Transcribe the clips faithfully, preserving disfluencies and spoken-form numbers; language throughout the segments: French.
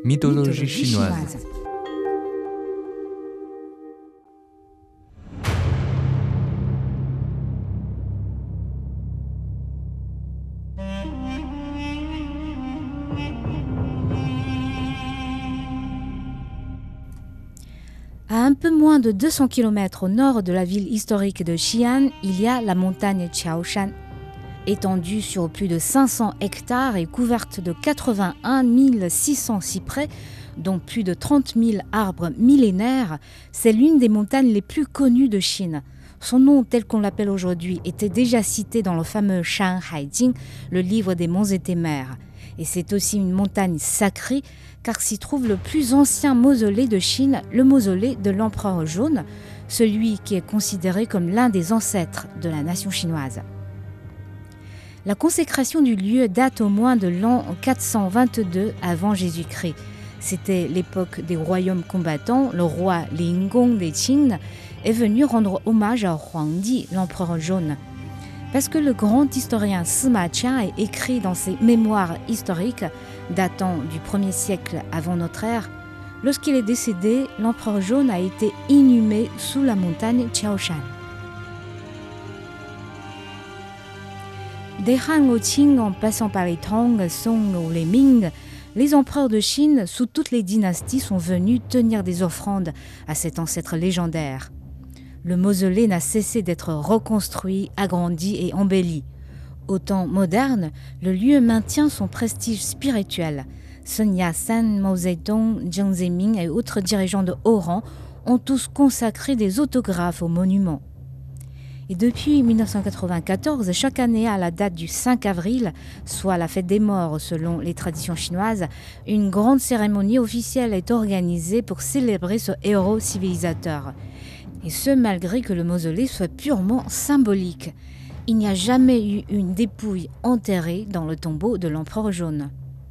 Mythologie chinoise. À un peu moins de deux cents kilomètres au nord de la ville historique de Xi'an, il y a la montagne Qiaoshan. Étendue sur plus de cinq cents hectares et couverte de quatre-vingt-un mille six cents cyprès, dont plus de trente mille arbres millénaires, c'est l'une des montagnes les plus connues de Chine. Son nom, tel qu'on l'appelle aujourd'hui, était déjà cité dans le fameux Shan Hai Jing, le livre des monts éphémères. Et c'est aussi une montagne sacrée, car s'y trouve le plus ancien mausolée de Chine, le mausolée de l'empereur jaune, celui qui est considéré comme l'un des ancêtres de la nation chinoise. La consécration du lieu date au moins de l'an quatre cent vingt-deux avant Jésus-Christ. C'était l'époque des royaumes combattants. Le roi Lingong des Qing est venu rendre hommage à Huangdi, l'empereur jaune. Parce que le grand historien Sima Qian a écrit dans ses mémoires historiques, datant du premier siècle avant notre ère, lorsqu'il est décédé, l'empereur jaune a été inhumé sous la montagne Qiaoshan. Des Han au Qing en passant par les Tang, Song ou les Ming, les empereurs de Chine sous toutes les dynasties sont venus tenir des offrandes à cet ancêtre légendaire. Le mausolée n'a cessé d'être reconstruit, agrandi et embelli. Au temps moderne, le lieu maintient son prestige spirituel. Sun Yat-sen, Mao Zedong, Jiang Zemin et autres dirigeants de haut rang ont tous consacré des autographes au monument. Et depuis mille neuf cent quatre-vingt-quatorze, chaque année à la date du cinq avril, soit la fête des morts selon les traditions chinoises, une grande cérémonie officielle est organisée pour célébrer ce héros civilisateur. Et ce, malgré que le mausolée soit purement symbolique. Il n'y a jamais eu une dépouille enterrée dans le tombeau de l'empereur jaune.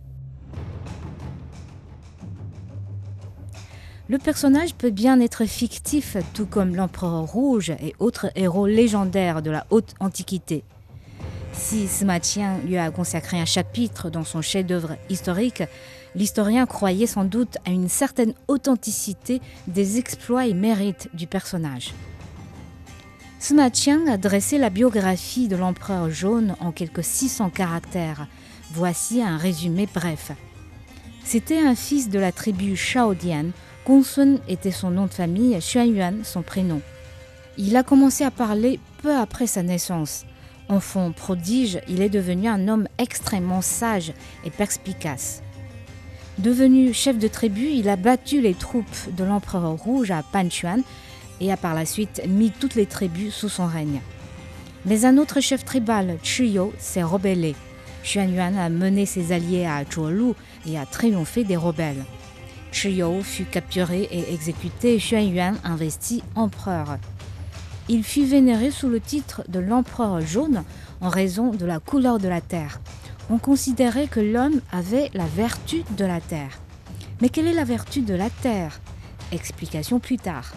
Le personnage peut bien être fictif, tout comme l'empereur rouge et autres héros légendaires de la haute antiquité. Si Sima Qian lui a consacré un chapitre dans son chef-d'œuvre historique, l'historien croyait sans doute à une certaine authenticité des exploits et mérites du personnage. Sima Qian a dressé la biographie de l'empereur jaune en quelques six cents caractères. Voici un résumé bref. C'était un fils de la tribu Shaodian. Gongsun était son nom de famille, Xuanyuan son prénom. Il a commencé à parler peu après sa naissance. Enfant prodige, il est devenu un homme extrêmement sage et perspicace. Devenu chef de tribu, il a battu les troupes de l'empereur rouge à Panchuan et a par la suite mis toutes les tribus sous son règne. Mais un autre chef tribal, Chiyo, s'est rebellé. Xuanyuan a mené ses alliés à Zhuolu et a triomphé des rebelles. Chiyo fut capturé et exécuté et Xuanyuan investi empereur. Il fut vénéré sous le titre de l'empereur jaune en raison de la couleur de la terre. On considérait que l'homme avait la vertu de la terre. Mais quelle est la vertu de la terre? Explication plus tard.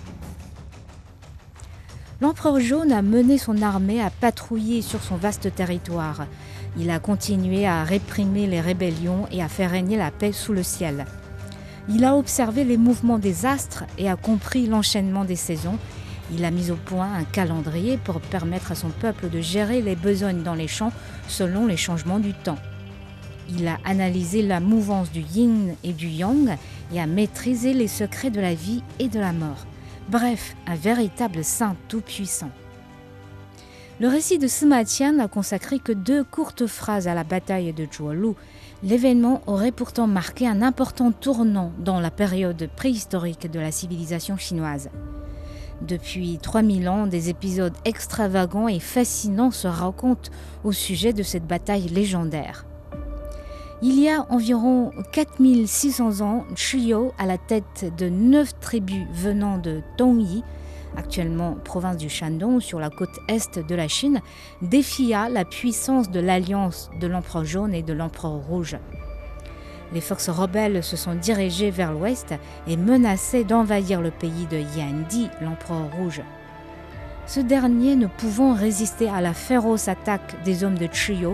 L'empereur jaune a mené son armée à patrouiller sur son vaste territoire. Il a continué à réprimer les rébellions et à faire régner la paix sous le ciel. Il a observé les mouvements des astres et a compris l'enchaînement des saisons. Il a mis au point un calendrier pour permettre à son peuple de gérer les besognes dans les champs selon les changements du temps. Il a analysé la mouvance du yin et du yang et a maîtrisé les secrets de la vie et de la mort. Bref, un véritable saint tout-puissant. Le récit de Sima Qian n'a consacré que deux courtes phrases à la bataille de Zhuolu. L'événement aurait pourtant marqué un important tournant dans la période préhistorique de la civilisation chinoise. Depuis trois mille ans, des épisodes extravagants et fascinants se racontent au sujet de cette bataille légendaire. Il y a environ quatre mille six cents ans, Chiyo, à la tête de neuf tribus venant de Tongyi, actuellement province du Shandong sur la côte est de la Chine, défia la puissance de l'alliance de l'empereur jaune et de l'empereur rouge. Les forces rebelles se sont dirigées vers l'ouest et menaçaient d'envahir le pays de Yandi, l'empereur rouge. Ce dernier, ne pouvant résister à la féroce attaque des hommes de Chiyo,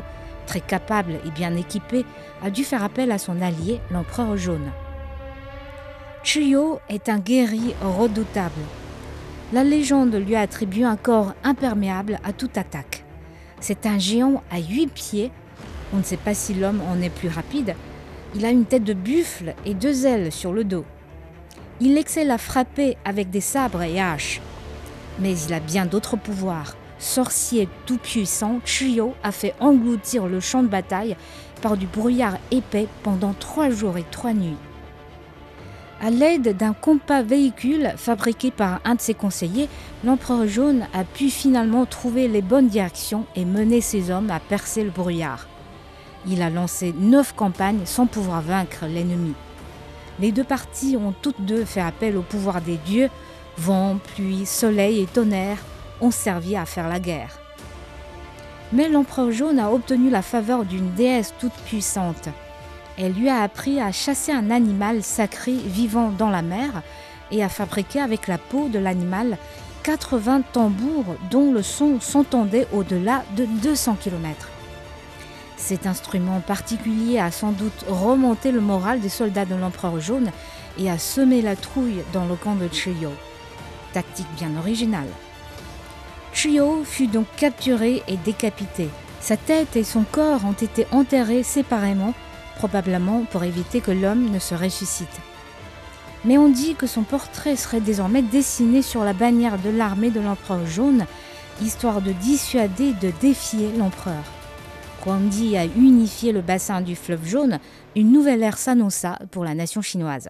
très capable et bien équipé, a dû faire appel à son allié, l'empereur jaune. Chiyo est un guerrier redoutable. La légende lui attribue un corps imperméable à toute attaque. C'est un géant à huit pieds. On ne sait pas si l'homme en est plus rapide. Il a une tête de buffle et deux ailes sur le dos. Il excelle à frapper avec des sabres et haches. Mais il a bien d'autres pouvoirs. Sorcier tout-puissant, Chiyo a fait engloutir le champ de bataille par du brouillard épais pendant trois jours et trois nuits. À l'aide d'un compas véhicule fabriqué par un de ses conseillers, l'empereur jaune a pu finalement trouver les bonnes directions et mener ses hommes à percer le brouillard. Il a lancé neuf campagnes sans pouvoir vaincre l'ennemi. Les deux parties ont toutes deux fait appel au pouvoir des dieux. Vent, pluie, soleil et tonnerre ont servi à faire la guerre. Mais l'empereur jaune a obtenu la faveur d'une déesse toute puissante. Elle lui a appris à chasser un animal sacré vivant dans la mer et à fabriquer avec la peau de l'animal quatre-vingts tambours dont le son s'entendait au-delà de deux cents kilomètres. Cet instrument particulier a sans doute remonté le moral des soldats de l'empereur jaune et a semé la trouille dans le camp de Chiyo. Tactique bien originale. Chiyo fut donc capturé et décapité. Sa tête et son corps ont été enterrés séparément, probablement pour éviter que l'homme ne se ressuscite. Mais on dit que son portrait serait désormais dessiné sur la bannière de l'armée de l'empereur jaune, histoire de dissuader de défier l'empereur. Huangdi a unifié le bassin du fleuve jaune, une nouvelle ère s'annonça pour la nation chinoise.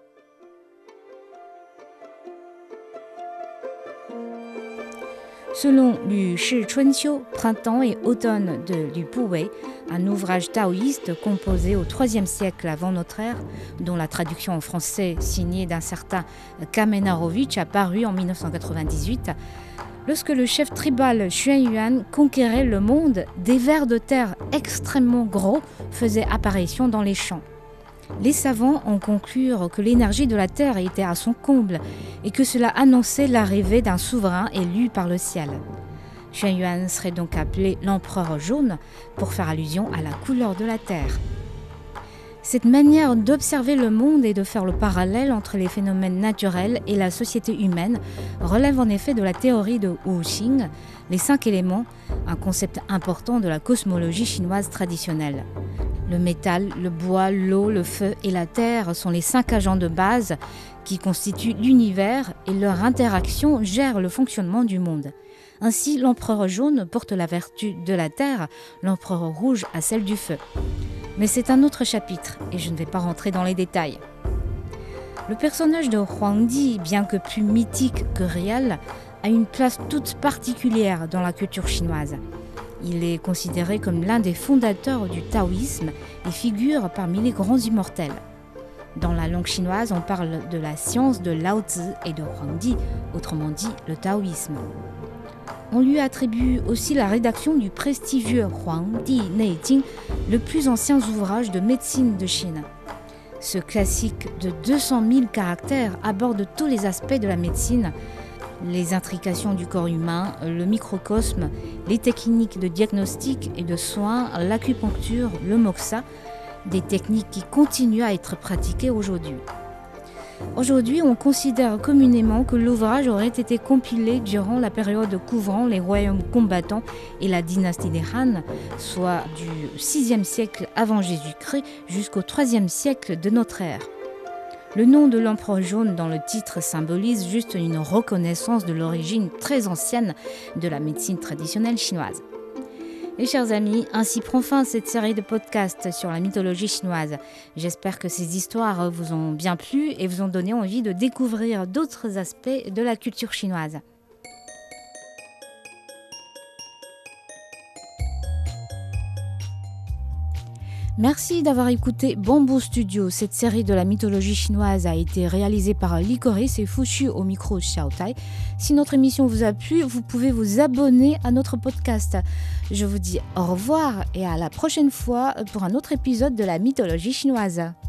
Selon Lu Shi Chunqiu, Printemps et automne de Lu Buwei, un ouvrage taoïste composé au troisième siècle avant notre ère, dont la traduction en français signée d'un certain Kamenarovitch a paru en mille neuf cent quatre-vingt-dix-huit, lorsque le chef tribal Xuanyuan conquérait le monde, des vers de terre extrêmement gros faisaient apparition dans les champs. Les savants en conclurent que l'énergie de la terre était à son comble et que cela annonçait l'arrivée d'un souverain élu par le ciel. Xuanyuan serait donc appelé l'empereur jaune pour faire allusion à la couleur de la terre. Cette manière d'observer le monde et de faire le parallèle entre les phénomènes naturels et la société humaine relève en effet de la théorie de Wuxing, les cinq éléments, un concept important de la cosmologie chinoise traditionnelle. Le métal, le bois, l'eau, le feu et la terre sont les cinq agents de base qui constituent l'univers et leur interaction gère le fonctionnement du monde. Ainsi, l'empereur jaune porte la vertu de la terre, l'empereur rouge a celle du feu. Mais c'est un autre chapitre et je ne vais pas rentrer dans les détails. Le personnage de Huangdi, bien que plus mythique que réel, a une place toute particulière dans la culture chinoise. Il est considéré comme l'un des fondateurs du taoïsme et figure parmi les grands immortels. Dans la langue chinoise, on parle de la science de Lao Tzu et de Huangdi, autrement dit le taoïsme. On lui attribue aussi la rédaction du prestigieux Huangdi Neijing, le plus ancien ouvrage de médecine de Chine. Ce classique de deux cent mille caractères aborde tous les aspects de la médecine, les intrications du corps humain, le microcosme, les techniques de diagnostic et de soins, l'acupuncture, le moxa, des techniques qui continuent à être pratiquées aujourd'hui. Aujourd'hui, on considère communément que l'ouvrage aurait été compilé durant la période couvrant les royaumes combattants et la dynastie des Han, soit du sixième siècle avant Jésus-Christ jusqu'au troisième siècle de notre ère. Le nom de l'empereur jaune dans le titre symbolise juste une reconnaissance de l'origine très ancienne de la médecine traditionnelle chinoise. Et chers amis, ainsi prend fin cette série de podcasts sur la mythologie chinoise. J'espère que ces histoires vous ont bien plu et vous ont donné envie de découvrir d'autres aspects de la culture chinoise. Merci d'avoir écouté Bamboo Studio. Cette série de la mythologie chinoise a été réalisée par Licorice et Fushu au micro Xiaotai. Si notre émission vous a plu, vous pouvez vous abonner à notre podcast. Je vous dis au revoir et à la prochaine fois pour un autre épisode de la mythologie chinoise.